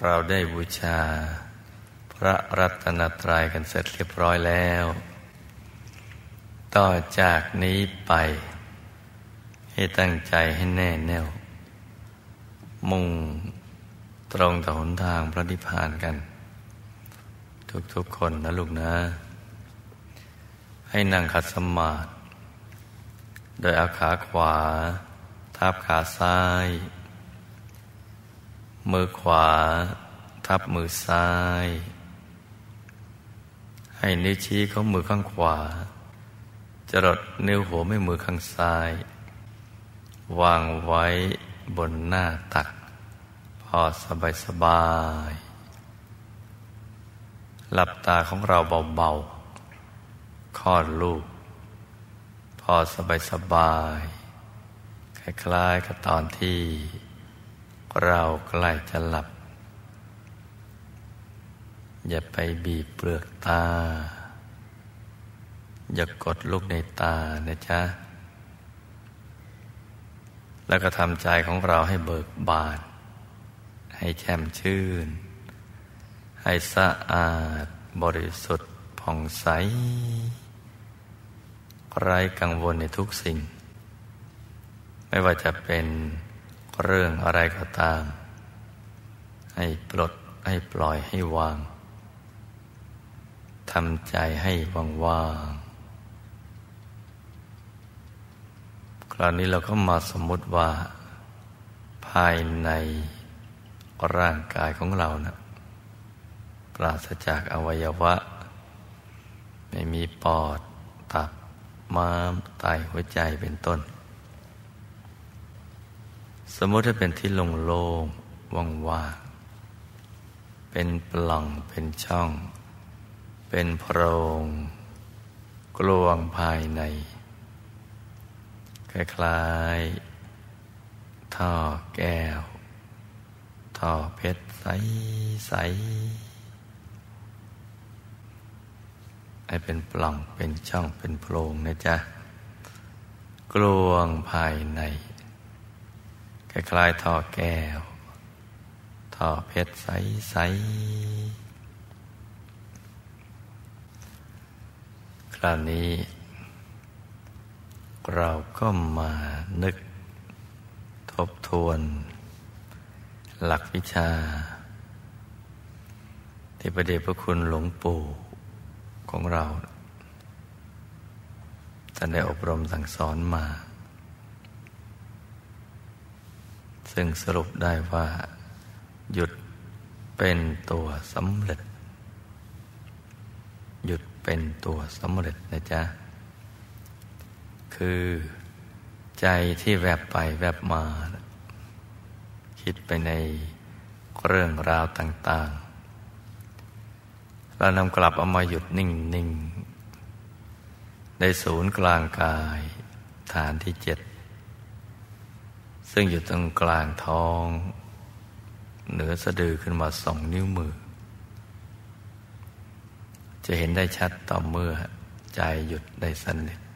เราได้บูชาพระรัตนตรัยกันเสร็จเรียบร้อยแล้วต่อจากนี้ไปให้ตั้งใจให้แน่แน่วมุ่งตรงต่อหนทางพระนิพพานกันทุกๆคนนะลูกนะให้นั่งขัดสมาธิโดยเอาขาขวาทับขาซ้ายมือขวาทับมือซ้ายให้นิ้วชี้ของมือข้างขวาจรดนิ้วหัวแม่มือข้างซ้ายวางไว้บนหน้าตักพอสบายหลับตาของเราเบาๆคลอดลูกพอสบายคล้ายๆกับตอนที่เราใกล้จะหลับอย่าไปบีบเปลือกตาอย่ากดลูกในตานะจ๊ะแล้วก็ทำใจของเราให้เบิกบานให้แช่มชื่นให้สะอาดบริสุทธิ์ผ่องใสไร้กังวลในทุกสิ่งไม่ว่าจะเป็นเรื่องอะไรก็ตามให้ปลดให้ปล่อยให้วางทำใจให้ว่างๆคราวนี้เราก็มาสมมุติว่าภายในร่างกายของเรานะปราศจากอวัยวะไม่มีปอดตับม้ามไตหัวใจเป็นต้นสมมติให้เป็นที่โล่งๆว่างๆเป็นปล่องเป็นช่องเป็นโพรงกลวงภายในคล้ายๆท่อแก้วท่อเพชรใสๆให้เป็นปล่องเป็นช่องเป็นโพรงนะจ๊ะกลวงภายในคล้ายๆท่อแก้วท่อเพชรใสๆคราวนี้เราก็มานึกทบทวนหลักวิชาที่พระเดชพระคุณหลวงปู่ของเราท่านได้อบรมสั่งสอนมาซึ่งสรุปได้ว่าหยุดเป็นตัวสำเร็จหยุดเป็นตัวสำเร็จนะจ๊ะคือใจที่แวบไปแวบมาคิดไปในเรื่องราวต่างๆเรานำกลับเอามาหยุดนิ่งๆในศูนย์กลางกายฐานที่7ซึ่งอยู่ตรงกลางท้องเหนือสะดือขึ้นมา2 นิ้วมือจะเห็นได้ชัดต่อเมื่อใจหยุดได้สนิท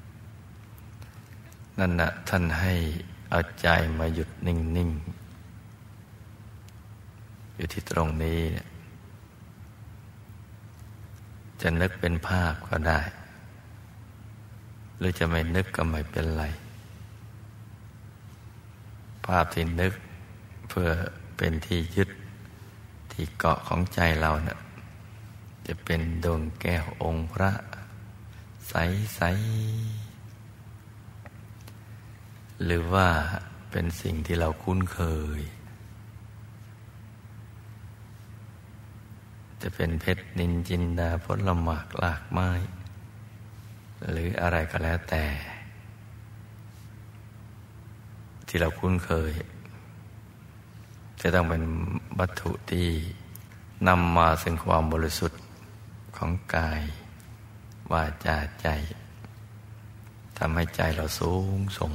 นั่นนะท่านให้เอาใจมาหยุดนิ่งๆอยู่ที่ตรงนี้จะนึกเป็นภาพก็ได้หรือจะไม่นึกก็ไม่เป็นไรภาพที่นึกเพื่อเป็นที่ยึดที่เกาะของใจเราเนี่ยจะเป็นดวงแก้วองค์พระใสๆหรือว่าเป็นสิ่งที่เราคุ้นเคยจะเป็นเพชรนินจินดาผลหมากรากไม้หรืออะไรก็แล้วแต่ที่เราคุ้นเคยจะต้องเป็นวัตถุที่นำมาซึ่งความบริสุทธิ์ของกายวาจาใจทำให้ใจเราสูงส่ง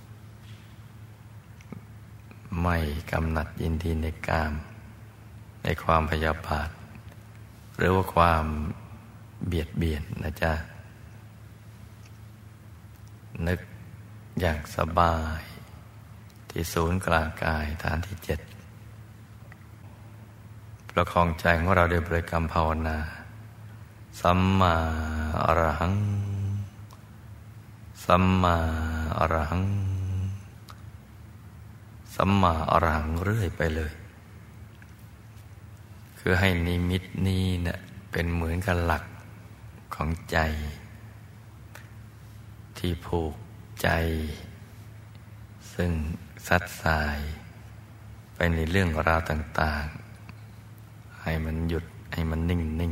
ไม่กำหนัดยินดีในกามในความพยาบาทหรือว่าความเบียดเบียนนะจ๊ะนึกอย่างสบายที่ศูนย์กลางกายฐานที่7 ประคองใจของเราด้วยบริกรรมภาวนาสัมมาอรหังสัมมาอรหังสัมมาอรหังเรื่อยไปเลยคือให้นิมิตนี้เนี่ยเป็นเหมือนกับหลักของใจที่ผูกใจซึ่งซัดสายไปในเรื่องราวต่างๆให้มันหยุดให้มันนิ่ง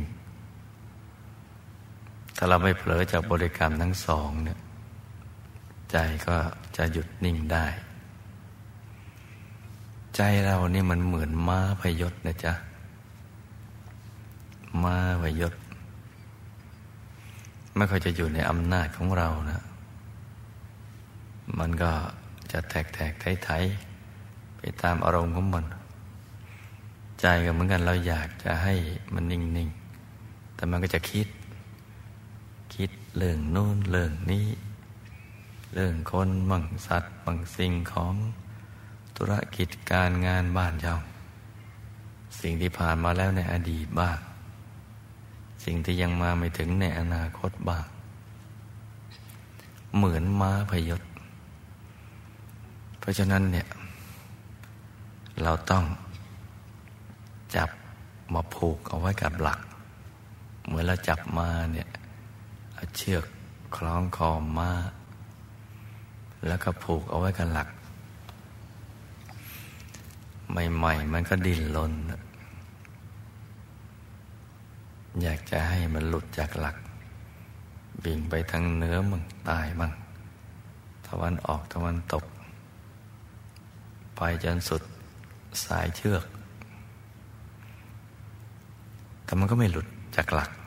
ๆถ้าเราไม่เผลอจากบริกรรมทั้งสองเนี่ยใจก็จะหยุดนิ่งได้ใจเรานี่มันเหมือนม้าพยศนะจ๊ะม้าพยศไม่ค่อยจะอยู่ในอำนาจของเรานะมันก็จะแทกไถไปตามอารมณ์ของมันใจก็เหมือนกันเราอยากจะให้มันนิ่งๆแต่มันก็จะคิดเรื่องโน้นเรื่องนี้เรื่องคนมั่งสัตว์มั่งสิ่งของธุรกิจการงานบ้านช่องสิ่งที่ผ่านมาแล้วในอดีตบ้างสิ่งที่ยังมาไม่ถึงในอนาคตบ้างเหมือนม้าพยศเพราะฉะนั้นเนี่ยเราต้องจับมาผูกเอาไว้กับหลักเหมือนเราจับม้าเนี่ยเอาเชือกคล้องคอม้าแล้วก็ผูกเอาไว้กับหลักใหม่ๆมันก็ดิ้นรนอยากจะให้มันหลุดจากหลักบิ่งไปทางเหนือมั่งใต้มั่งตะวันออกตะวันตกไปจนสุดสายเชือกแต่มันก็ไม่หลุดจากหลัก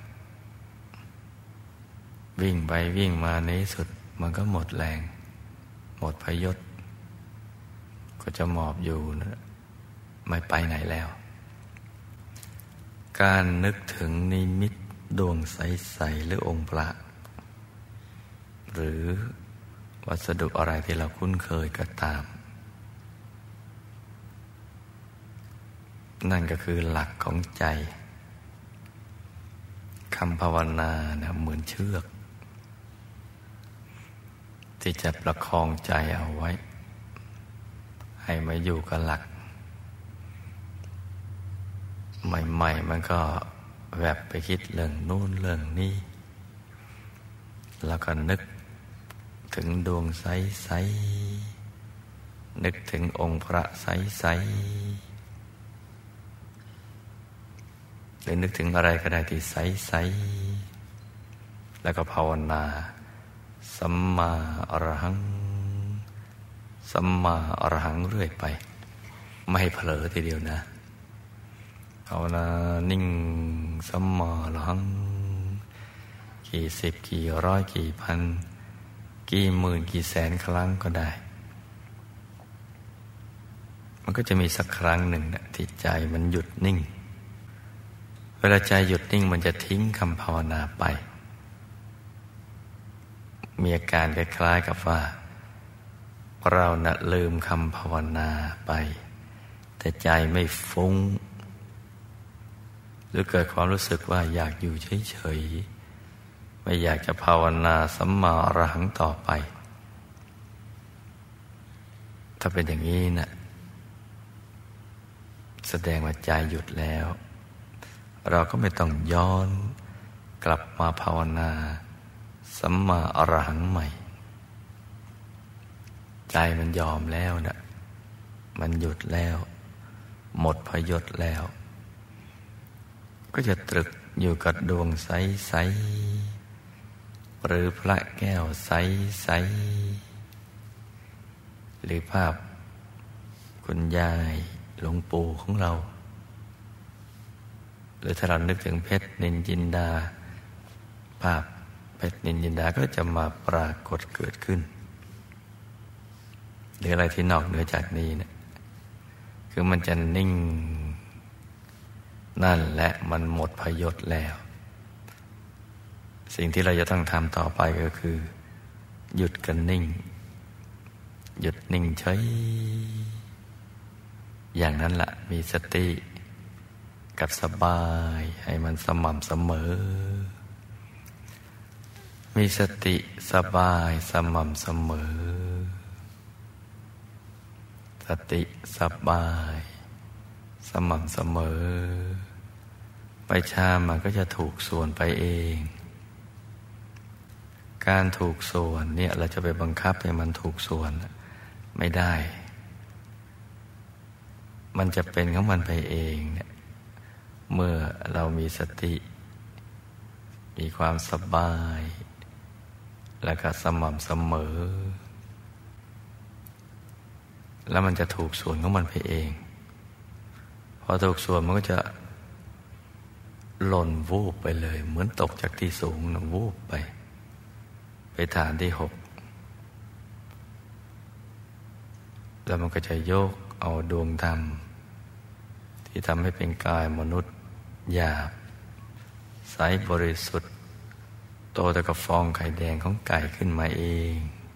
วิ่งไปวิ่งมาในที่สุดมันก็หมดแรงหมดพยศก็จะหมอบอยู่นะไม่ไปไหนแล้วการนึกถึงนิมิตดวงใสๆหรือองค์พระหรือวัสดุอะไรที่เราคุ้นเคยก็ตามนั่นก็คือหลักของใจคำภาวนานะเหมือนเชือกที่จะประคองใจเอาไว้ให้มาอยู่กับหลักใหม่ๆมันก็แวบไปคิดเรื่องนู้นเรื่องนี้แล้วก็นึกถึงดวงใสๆนึกถึงองค์พระใสๆหรือนึกถึงอะไรก็ได้ที่ใสๆแล้วก็ภาวนาสัมมาอรหังสัมมาอรหังเรื่อยไปไม่ให้เผลอทีเดียวนะภาวนานิ่งสัมมาอรหังกี่สิบกี่ร้อยกี่พันกี่หมื่นกี่แสนครั้งก็ได้มันก็จะมีสักครั้งหนึ่งนะที่ใจมันหยุดนิ่งเวลาใจหยุดนิ่งมันจะทิ้งคำภาวนาไปมีอาการคล้ายๆกับว่าเราน่ะลืมคำภาวนาไปแต่ใจไม่ฟุ้งหรือเกิดความรู้สึกว่าอยากอยู่เฉยๆไม่อยากจะภาวนาสัมมาอรหังต่อไปถ้าเป็นอย่างนี้นะแสดงว่าใจหยุดแล้วเราก็ไม่ต้องย้อนกลับมาภาวนาสัมมาอรหังใหม่ใจมันยอมแล้วนะมันหยุดแล้วหมดพยศแล้วก็จะตรึกอยู่กับดวงใสๆหรือพระแก้วใสๆหรือภาพคุณยายหลวงปู่ของเราหรือถ้าเรานึกถึงเพชรนินจินดาภาพเพชรนินจินดาก็จะมาปรากฏเกิดขึ้นหรืออะไรที่นอกเหนือจากนี้เนี่ยคือมันจะนิ่งนั่นแหละมันหมดพยศแล้วสิ่งที่เราจะต้องทำต่อไปก็คือหยุดกันนิ่งหยุดนิ่งเฉยอย่างนั้นละมีสติกับสบายให้มันสม่ำเสมอมีสติสบายสม่ำเสมอสติสบายสม่ำเสมอไปช้ามันก็จะถูกส่วนไปเองการถูกส่วนเนี่ยเราจะไปบังคับให้มันถูกส่วนไม่ได้มันจะเป็นของมันไปเองเนี่ยเมื่อเรามีสติมีความสบายแล้วก็สม่ำเสมอแล้วมันจะถูกส่วนของมันไปเองพอถูกส่วนมันก็จะหล่นวูบไปเลยเหมือนตกจากที่สูงนะวูบไปฐานที่ 6แล้วมันก็จะโยกเอาดวงธรรมที่ทำให้เป็นกายมนุษย์หยาบใสบริสุทธิ์โตแต่กับฟองไข่แดงของไก่ขึ้นมาเอง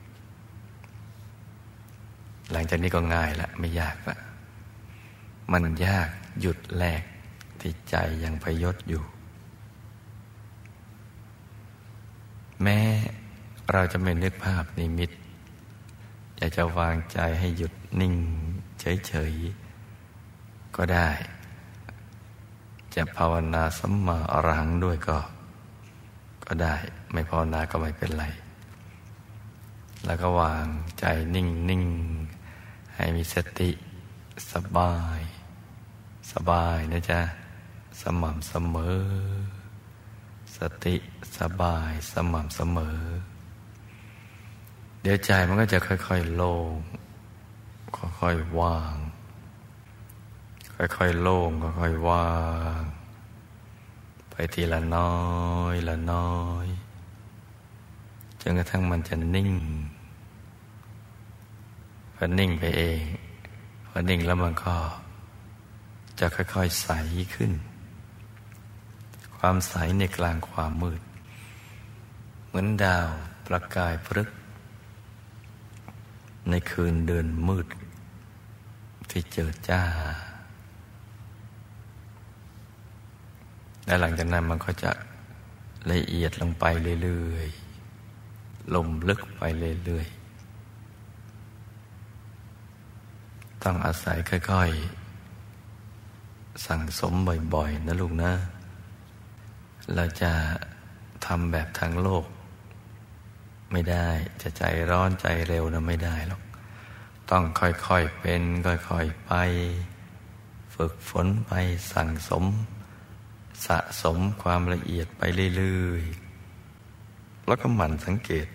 หลังจากนี้ก็ง่ายละไม่ยากละมันยากหยุดแรกที่ใจยังพยศอยู่แม้เราจะไม่นึกภาพนิมิตอยากจะวางใจให้หยุดนิ่งเฉยๆก็ได้จะภาวนาสัมมาอรหังด้วยก็ได้ไม่ภาวนาก็ไม่เป็นไรแล้วก็วางใจนิ่งๆให้มีสติสบายนะจ๊ะสม่ำเสมอสติสบายสม่ำเสมอเดี๋ยวใจมันก็จะค่อยๆโล่งค่อยๆว่างค่อยๆโล่งค่อยๆว่างไปทีละน้อยละน้อยจนกระทั่งมันจะนิ่งพอนิ่งไปเองพอนิ่งแล้วมันก็จะค่อยๆใสขึ้นความใสในกลางความมืดเหมือนดาวประกายพฤกษ์ในคืนเดือนมืดที่เจิดจ้าและหลังจากนั้นมันก็จะละเอียดลงไปเรื่อยๆลงลึกไปเรื่อยๆต้องอาศัยค่อยๆสั่งสมบ่อยๆนะลูกนะเราจะทำแบบทางโลกไม่ได้จะใจร้อนใจเร็วนะไม่ได้หรอกต้องค่อยๆเป็นค่อยๆไปฝึกฝนไปสั่งสมสะสมความละเอียดไปเรื่อยๆแล้วก็หมั่นสังเกต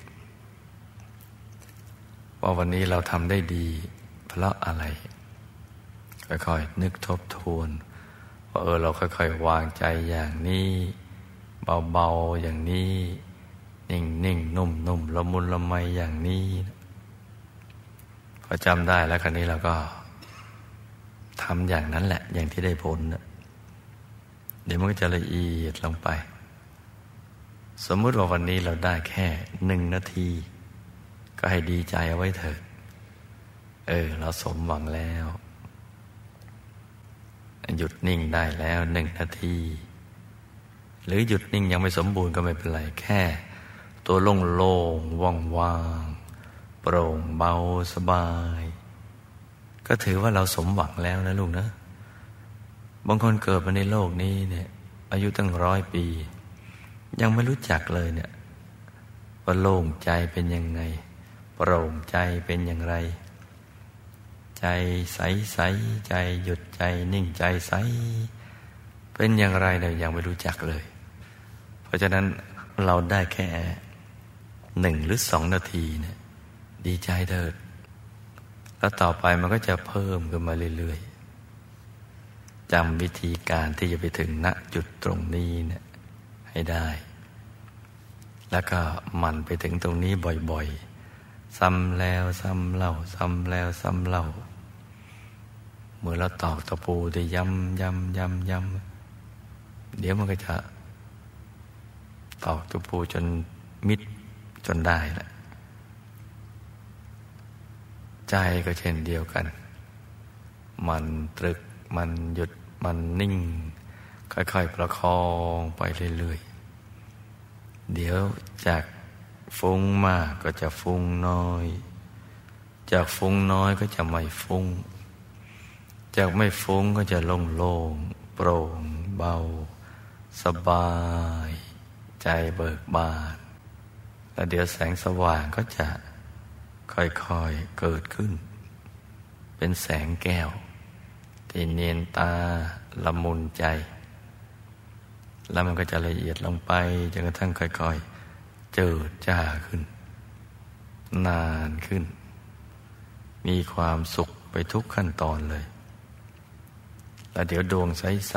ว่าวันนี้เราทำได้ดีเพราะอะไรค่อยๆนึกทบทวนว่าเราค่อยๆวางใจอย่างนี้เบาๆอย่างนี้นิ่งๆนุ่มๆละมุนละไมอย่างนี้พอจำได้แล้วคราวนี้เราก็ทำอย่างนั้นแหละอย่างที่ได้ผลเดี๋ยวมันก็จะละเอียดลงไปสมมุติว่าวันนี้เราได้แค่1 นาทีก็ให้ดีใจเอาไว้เถิดเราสมหวังแล้วหยุดนิ่งได้แล้ว1 นาทีหรือหยุดนิ่งยังไม่สมบูรณ์ก็ไม่เป็นไรแค่ตัวโล่งๆว่างๆโปร่งเบาสบายก็ถือว่าเราสมหวังแล้วนะลูกนะบางคนเกิดมาในโลกนี้เนี่ยอายุตั้ง100 ปียังไม่รู้จักเลยเนี่ยว่าโล่งใจเป็นยังไงโปร่งใจเป็นอย่างไรใจใสๆใจหยุดใจนิ่งใจใสเป็นอย่างไรเนี่ยยังไม่รู้จักเลยเพราะฉะนั้นเราได้แค่1 หรือ 2 นาทีเนี่ยดีใจเถิดแล้วต่อไปมันก็จะเพิ่มขึ้นมาเรื่อยๆจำวิธีการที่จะไปถึงณจุดตรงนี้เนี่ยให้ได้แล้วก็หมั่นไปถึงตรงนี้บ่อยๆซ้ำแล้วซ้ำเล่าซ้ำแล้วซ้ำเล่าเมื่อเราตอกตะปูได้ย้ำเดี๋ยวมันก็จะตอกตะปูจนมิดจนได้แหละใจก็เช่นเดียวกันมันตรึกมันหยุดมันนิ่งค่อยๆประคองไปเรื่อยๆเดี๋ยวจากฟุ้งมากก็จะฟุ้งน้อยจากฟุ้งน้อยก็จะไม่ฟุ้งจากไม่ฟุ้งก็จะโล่งๆโปร่งเบาสบายใจเบิกบานแล้วเดี๋ยวแสงสว่างก็จะค่อยๆเกิดขึ้นเป็นแสงแก้วที่เนียนตาละมุนใจแล้วมันก็จะละเอียดลงไปจนกระทั่งค่อยๆเจิดจ้าขึ้นนานขึ้นมีความสุขไปทุกขั้นตอนเลยแล้วเดี๋ยวดวงใส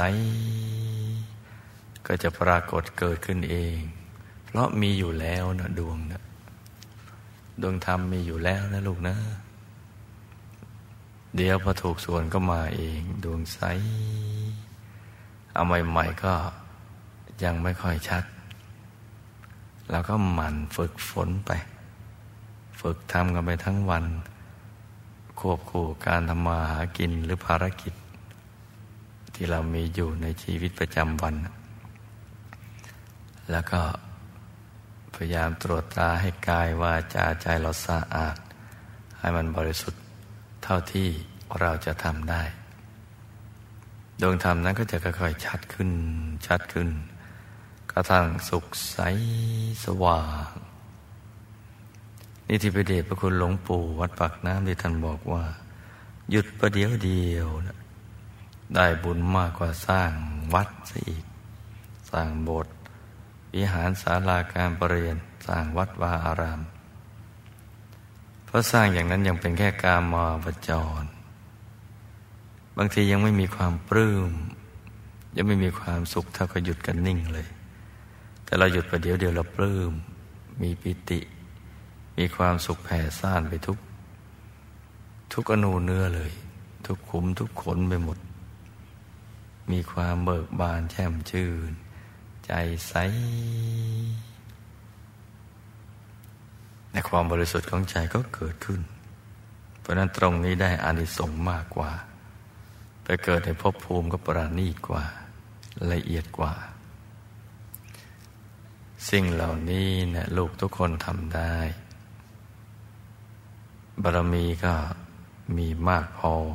ๆก็จะปรากฏเกิดขึ้นเองเพราะมีอยู่แล้วนะดวงนะดวงธรรมมีอยู่แล้วนะลูกนะเดี๋ยวพอถูกส่วนก็มาเองดวงใสเอาใหม่ๆก็ยังไม่ค่อยชัดแล้วก็หมั่นฝึกฝนไปฝึกทำกันไปทั้งวันควบคู่การทำมาหากินหรือภารกิจที่เรามีอยู่ในชีวิตประจำวันแล้วก็พยายามตรวจตราให้กายวาจาใจเราสะอาดให้มันบริสุทธิ์เท่าที่เราจะทำได้ดวงธรรมนั้นก็จะค่อยๆชัดขึ้นชัดขึ้นกระทั่งสุขใสสว่างนี่ที่พระเดชพระคุณหลวงปู่วัดปากน้ำที่ท่านบอกว่าหยุดประเดี๋ยวเดียวนะได้บุญมากกว่าสร้างวัดซะอีกสร้างโบสถ์วิหารศาลาการประเรียนสร้างวัดวาอารามเพราะสร้างอย่างนั้นยังเป็นแค่กามาวจรบางทียังไม่มีความปลื้มยังไม่มีความสุขเท่ากับหยุดกันนิ่งเลยแต่เราหยุดประเดี๋ยวเดียวเราปลื้มมีปิติมีความสุขแผ่ซ่านไปทุกอนูเนื้อเลยทุกขุมทุกขนไปหมดมีความเบิกบานแช่มชื่นใจใสในความบริสุทธิ์ของใจก็เกิดขึ้นเพราะนั้นตรงนี้ได้อานิสงส์มากกว่าไปเกิดในภพภูมิก็ประณีตกว่าละเอียดกว่าสิ่งเหล่านี้นะลูกทุกคนทำได้บารมีก็มีมากพอ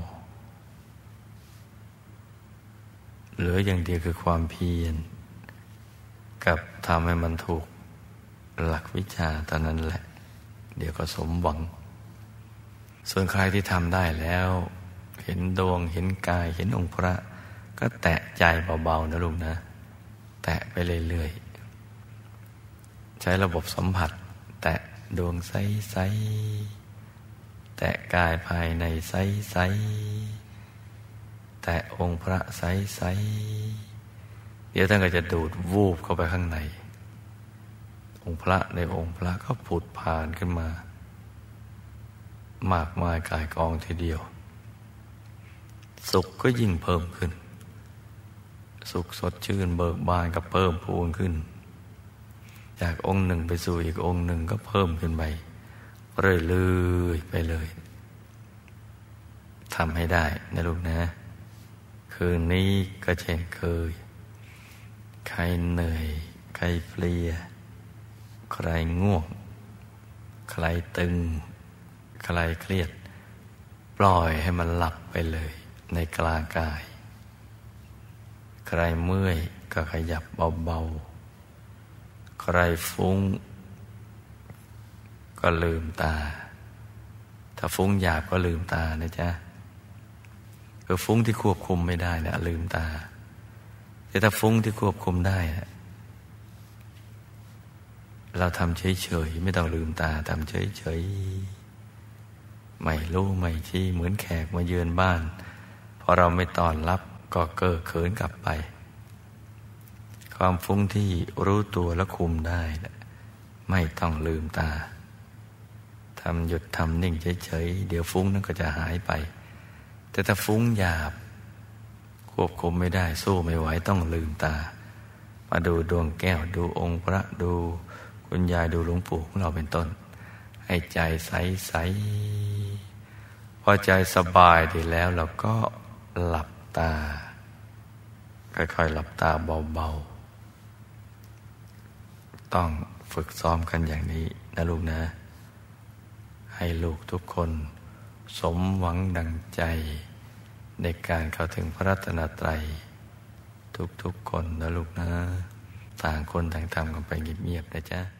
เหลืออย่างเดียวคือความเพียรกับทำให้มันถูกหลักวิชาเท่านั้นแหละเดี๋ยวก็สมหวังส่วนใครที่ทำได้แล้วเห็นดวงเห็นกายเห็นองค์พระก็แตะใจเบาๆนะลูกนะแตะไปเรื่อยๆใช้ระบบสัมผัสแตะดวงใสๆแตะกายภายในใสๆแตะองค์พระใสๆเดี๋ยวท่านก็จะดูดวูบเข้าไปข้างในองค์พระในองค์พระก็ผุดผ่านขึ้นมามากมายกายกองทีเดียวสุขก็ยิ่งเพิ่มขึ้นสุขสดชื่นเบิกบานก็เพิ่มพูนขึ้นจากองค์หนึ่งไปสู่อีกองค์หนึ่งก็เพิ่มขึ้นไปเรื่อยๆไปเลยทำให้ได้นะลูกนะคืนนี้ก็เช่นเคยใครเหนื่อยใครเพลียใครง่วงใครตึงใครเครียดปล่อยให้มันหลับไปเลยในกลางกายใครเมื่อยก็ขยับเบาๆใครฟุ้งก็ลืมตาถ้าฟุ้งหยาบก็ลืมตานะจ๊ะคือฟุ้งที่ควบคุมไม่ได้นะลืมตาแต่ถ้าฟุ้งที่ควบคุมได้เราทำเฉยๆไม่ต้องลืมตาทำเฉยๆไม่รู้ไม่ชี้เหมือนแขกมาเยือนบ้านพอเราไม่ต้อนรับก็เก้อเขินกลับไปความฟุ้งที่รู้ตัวและคุมได้ไม่ต้องลืมตาทำหยุดทำนิ่งเฉยๆเดี๋ยวฟุ้งนั้นก็จะหายไปแต่ถ้าฟุ้งหยาบควบคุมไม่ได้สู้ไม่ไหวต้องลืมตามาดูดวงแก้วดูองค์พระดูคุณยายดูหลวงปู่ของเราเป็นต้นให้ใจใสๆพอใจสบายดีแล้วเราก็หลับตาค่อยๆหลับตาเบาๆต้องฝึกซ้อมกันอย่างนี้นะลูกนะให้ลูกทุกคนสมหวังดังใจในการเข้าถึงพระรัตนตรัยทุกๆคนนะลูกนะต่างคนต่างทำกันไปเงียบๆนะจ๊ะ